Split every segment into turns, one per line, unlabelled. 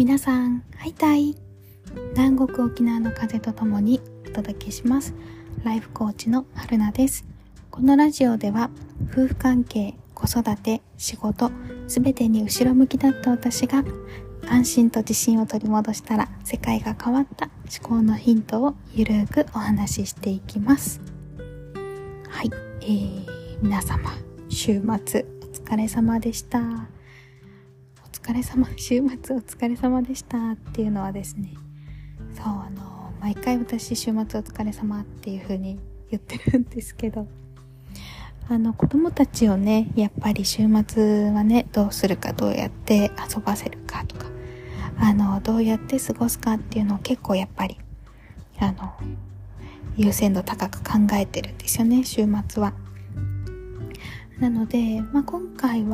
皆さん、ハイタイ。南国沖縄の風とともにお届けします。ライフコーチの春菜です。このラジオでは、夫婦関係、子育て、仕事、すべてに後ろ向きだった私が、安心と自信を取り戻したら世界が変わった思考のヒントをゆるくお話ししていきます。はい、皆様、週末お疲れ様でした。週末お疲れ様でしたっていうのはですね、そう、毎回私週末お疲れ様っていう風に言ってるんですけど、子供たちをね、やっぱり週末はね、どうするか、どうやって遊ばせるかとか、どうやって過ごすかっていうのを結構やっぱり、優先度高く考えてるんですよね、週末は。なので、今回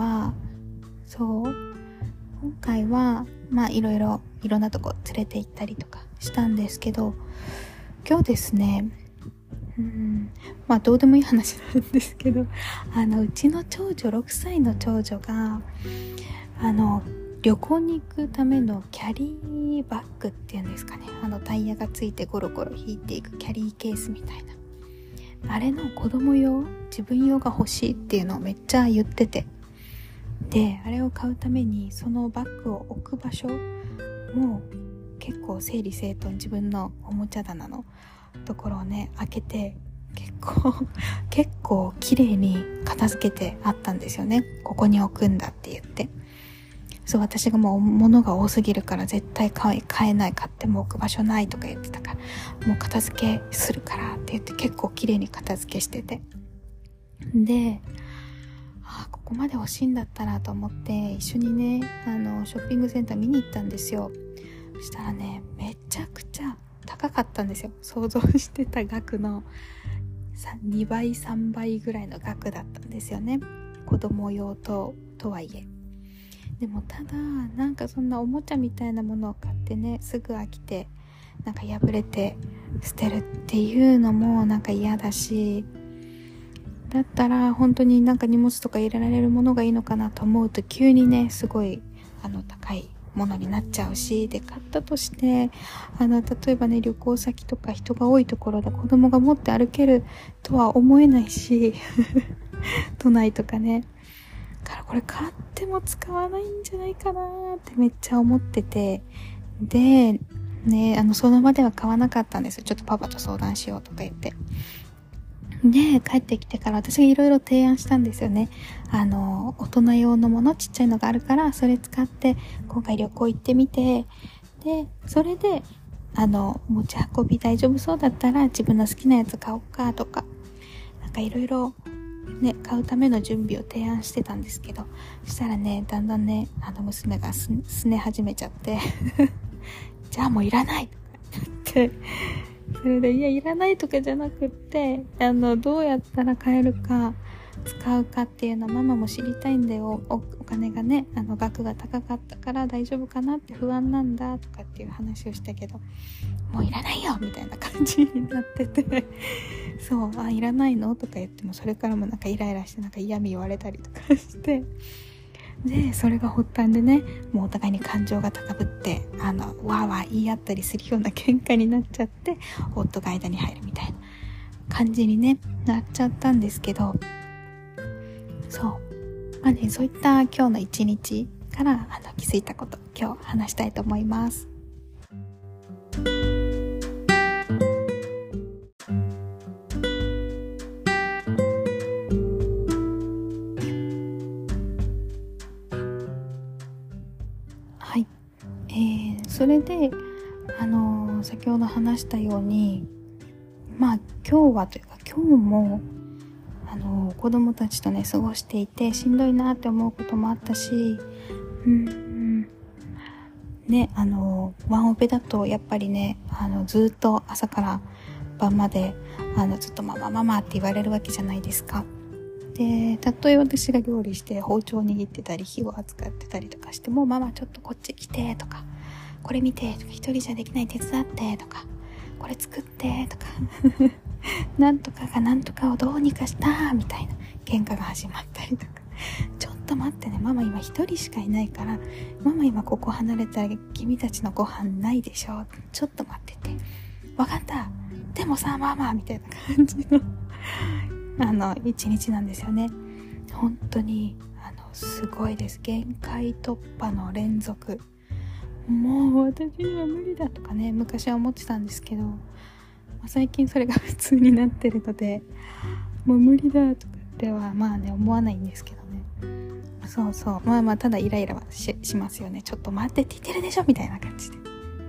はいろんなとこ連れて行ったりとかしたんですけど、今日ですね、どうでもいい話なんですけど、うちの6歳の長女が、旅行に行くためのキャリーバッグっていうんですかね、タイヤがついてゴロゴロ引いていくキャリーケースみたいな、あれの子供用、自分用が欲しいっていうのをめっちゃ言ってて、で、あれを買うためにそのバッグを置く場所も結構整理整頓、自分のおもちゃ棚のところをね開けて結構綺麗に片付けてあったんですよね。ここに置くんだって言って、そう、私がもう物が多すぎるから絶対買えない、買っても置く場所ないとか言ってたから、もう片付けするからって言って結構綺麗に片付けしてて、で、ここまで欲しいんだったらと思って一緒にね、ショッピングセンター見に行ったんですよ。そしたらね、めちゃくちゃ高かったんですよ。想像してた額の2倍3倍ぐらいの額だったんですよね、子供用とはいえ。でもただ、なんかそんなおもちゃみたいなものを買ってね、すぐ飽きてなんか破れて捨てるっていうのもなんか嫌だし、だったら本当になんか荷物とか入れられるものがいいのかなと思うと、急にね、すごい高いものになっちゃうし、で、買ったとして例えばね、旅行先とか人が多いところで子供が持って歩けるとは思えないし都内とかね、だからこれ買っても使わないんじゃないかなってめっちゃ思ってて、でね、その場では買わなかったんですよ。ちょっとパパと相談しようとか言って。で、帰ってきてから私がいろいろ提案したんですよね。大人用のもの、ちっちゃいのがあるから、それ使って今回旅行行ってみて、で、それで持ち運び大丈夫そうだったら自分の好きなやつ買おうかとか、なんかいろいろね、買うための準備を提案してたんですけど、そしたらね、だんだんね、娘がすね始めちゃってじゃあもういらないとか言って、それで、いらないとかじゃなくって、どうやったら買えるか使うかっていうのママも知りたいんだよ。お金がね、額が高かったから大丈夫かなって不安なんだとかっていう話をしたけど、もういらないよみたいな感じになっててそう、いらないのとか言っても、それからもなんかイライラして、なんか嫌味言われたりとかして、で、それが発端でね、もうお互いに感情が高ぶって、わーわー言い合ったりするような喧嘩になっちゃって、夫が間に入るみたいな感じにね、なっちゃったんですけど、そう。そういった今日の一日から気づいたこと、今日話したいと思います。はい。それで、先ほど話したように、今日も子供たちとね過ごしていてしんどいなって思うこともあったし、ね、ワンオペだとやっぱりね、ずっと朝から晩までずっとママって言われるわけじゃないですか。で、たとえ私が料理して包丁握ってたり火を扱ってたりとかしても、ママちょっとこっち来てとか、これ見てとか、一人じゃできない手伝ってとか、これ作ってとかなんとかがなんとかをどうにかしたみたいな喧嘩が始まったりとか、ちょっと待ってね、ママ今一人しかいないから、ママ今ここ離れたら君たちのご飯ないでしょ、ちょっと待ってて、わかった、でもさママみたいな感じの一日なんですよね。本当にすごいです。限界突破の連続。もう私には無理だとかね、昔は思ってたんですけど、最近それが普通になってるので、もう無理だとかではまあね思わないんですけどね。そうそう、まあただイライラは しますよね。ちょっと待ってって言ってるでしょみたいな感じで。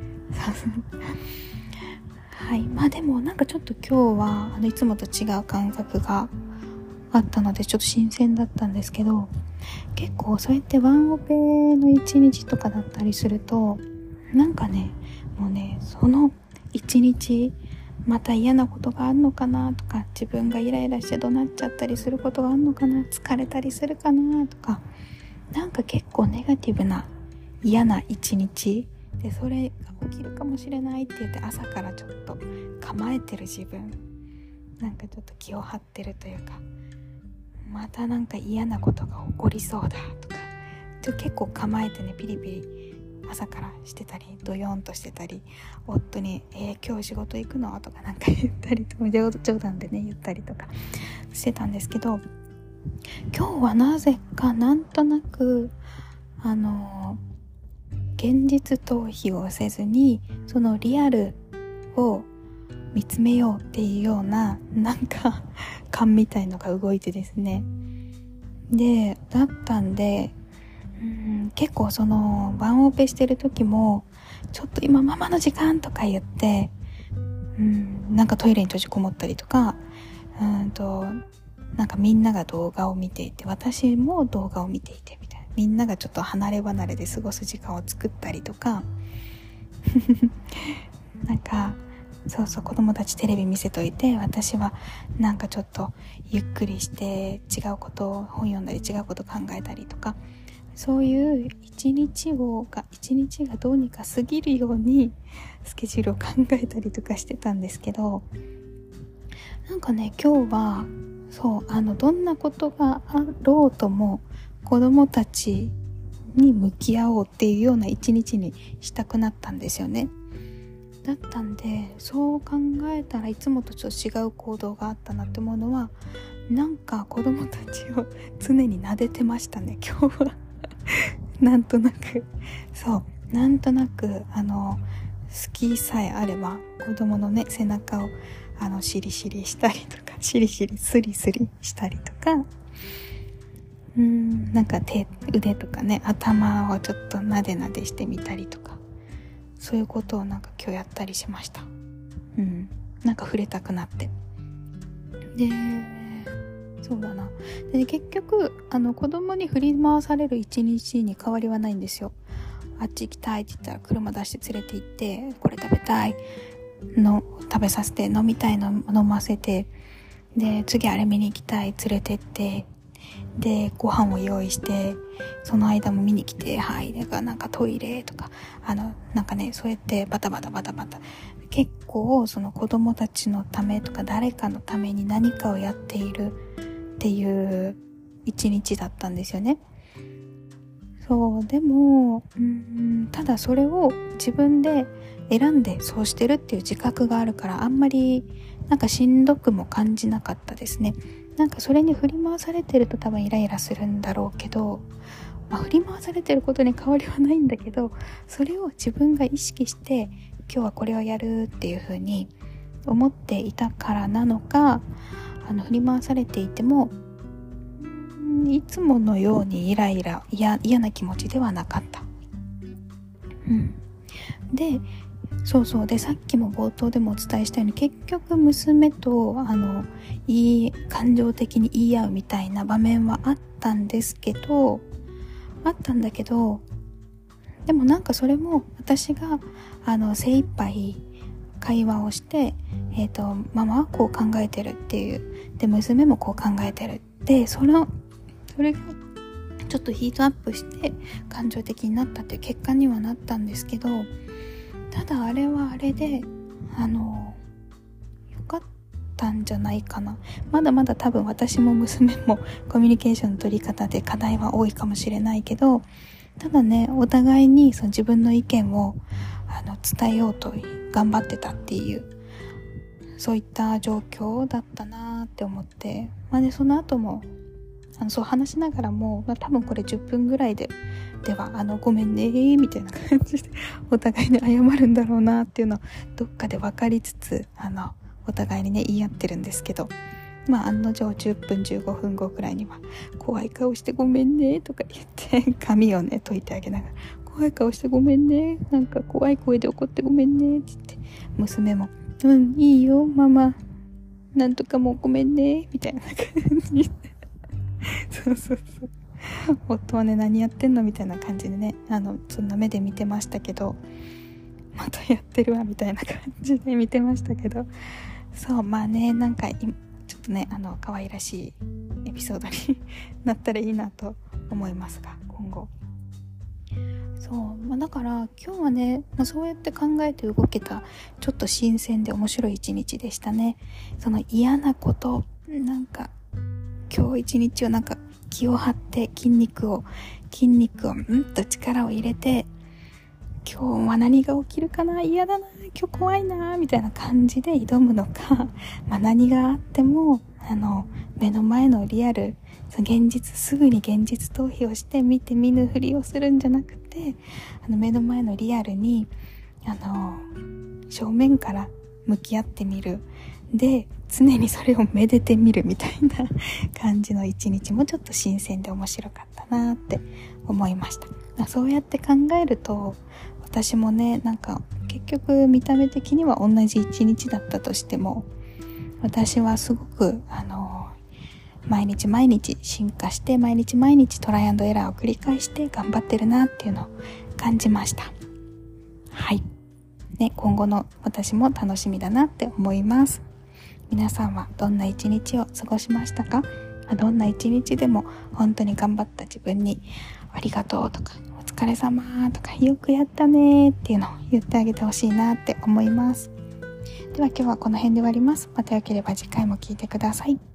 はい、まあでもなんかちょっと今日はいつもと違う感覚があったのでちょっと新鮮だったんですけど、結構そうやってワンオペの一日とかだったりすると、なんかね、もうね、その一日また嫌なことがあんのかなとか、自分がイライラして怒鳴っちゃったりすることがあんのかな、疲れたりするかなとか、なんか結構ネガティブな嫌な一日で、それが起きるかもしれないって言って朝からちょっと構えてる自分、なんかちょっと気を張ってるというか、またなんか嫌なことが起こりそうだとか、結構構えてね、ピリピリ朝からしてたり、ドヨンとしてたり、夫に今日仕事行くのとかなんか言ったりとか、冗談でね言ったりとかしてたんですけど、今日はなぜかなんとなく現実逃避をせずに、そのリアルを見つめようっていうような、なんか勘みたいのが動いてですね、でだったんで、結構そのワンオペしてる時もちょっと今ママの時間とか言って、なんかトイレに閉じこもったりとか、なんかみんなが動画を見ていて私も動画を見ていてみたいな、みんながちょっと離れ離れで過ごす時間を作ったりとかなんかそうそう、子供たちテレビ見せといて私はなんかちょっとゆっくりして違うことを本読んだり違うこと考えたりとか、そういう一日がどうにか過ぎるようにスケジュールを考えたりとかしてたんですけど、なんかね今日はそうどんなことがあろうとも子供たちに向き合おうっていうような一日にしたくなったんですよね。だったんで、そう考えたらいつもとちょっと違う行動があったなって思うのは、なんか子供たちを常に撫でてましたね今日はなんとなく好きさえあれば子供のね背中をシリシリしたりとか、シリシリスリスリしたりとか、なんか腕とかね、頭をちょっとなでなでしてみたりとか、そういうことをなんか今日やったりしました。なんか触れたくなって、でそうだな、で結局子供に振り回される一日に変わりはないんですよ。あっち行きたいって言ったら車出して連れて行って、これ食べたいの食べさせて、飲みたいの飲ませて、で次あれ見に行きたい連れてって、でご飯を用意して、その間も見に来て、はいでなんかトイレとかなんかね、そうやってバタバタ結構その子供たちのためとか誰かのために何かをやっているっていう一日だったんですよね。そうでもただそれを自分で選んでそうしてるっていう自覚があるから、あんまりなんかしんどくも感じなかったですね。なんかそれに振り回されてると多分イライラするんだろうけど、振り回されてることに変わりはないんだけど、それを自分が意識して今日はこれをやるっていう風に思っていたからなのか、振り回されていてもいつものようにイライラ嫌な気持ちではなかった。ででさっきも冒頭でもお伝えしたように、結局娘と感情的に言い合うみたいな場面はあったんだけど、でもなんかそれも私が精一杯会話をして、ママはこう考えてるっていう、で娘もこう考えてるで、それがちょっとヒートアップして感情的になったっていう結果にはなったんですけど、ただあれはあれでよかったんじゃないかな。まだまだ多分私も娘もコミュニケーションの取り方で課題は多いかもしれないけど、ただね、お互いにその自分の意見を伝えようと頑張ってたっていう、そういった状況だったなって思って、その後もそう話しながらも、多分これ10分ぐらいではごめんねみたいな感じでお互いに謝るんだろうなっていうのをどっかで分かりつつお互いにね言い合ってるんですけど、案の定10分15分後くらいには怖い顔してごめんねとか言って髪をね解いてあげながら、怖い顔してごめんね、なんか怖い声で怒ってごめんねって言って、娘もうんいいよママなんとかもうごめんねみたいな感じでそう夫はね何やってんのみたいな感じでねそんな目で見てましたけど、またやってるわみたいな感じで見てましたけど、そうなんかちょっとね可愛らしいエピソードになったらいいなと思いますが、今後そう、だから今日はね、そうやって考えて動けたちょっと新鮮で面白い一日でしたね。その嫌なことなんか今日一日をなんか気を張って筋肉をと力を入れて、今日は何が起きるかな、嫌だな、今日怖いなみたいな感じで挑むのか、何があっても目の前のリアル、現実すぐに現実逃避をして見て見ぬふりをするんじゃなくて、目の前のリアルに正面から向き合ってみる、で常にそれをめでてみるみたいな感じの一日もちょっと新鮮で面白かったなって思いました。そうやって考えると私もね、なんか結局見た目的には同じ一日だったとしても、私はすごく毎日毎日進化して、毎日毎日トライアンドエラーを繰り返して頑張ってるなっていうのを感じました。はいね、今後の私も楽しみだなって思います。皆さんはどんな一日を過ごしましたか？どんな一日でも本当に頑張った自分にありがとうとかお疲れ様とかよくやったねっていうのを言ってあげてほしいなって思います。では今日はこの辺で終わります。またよければ次回も聞いてください。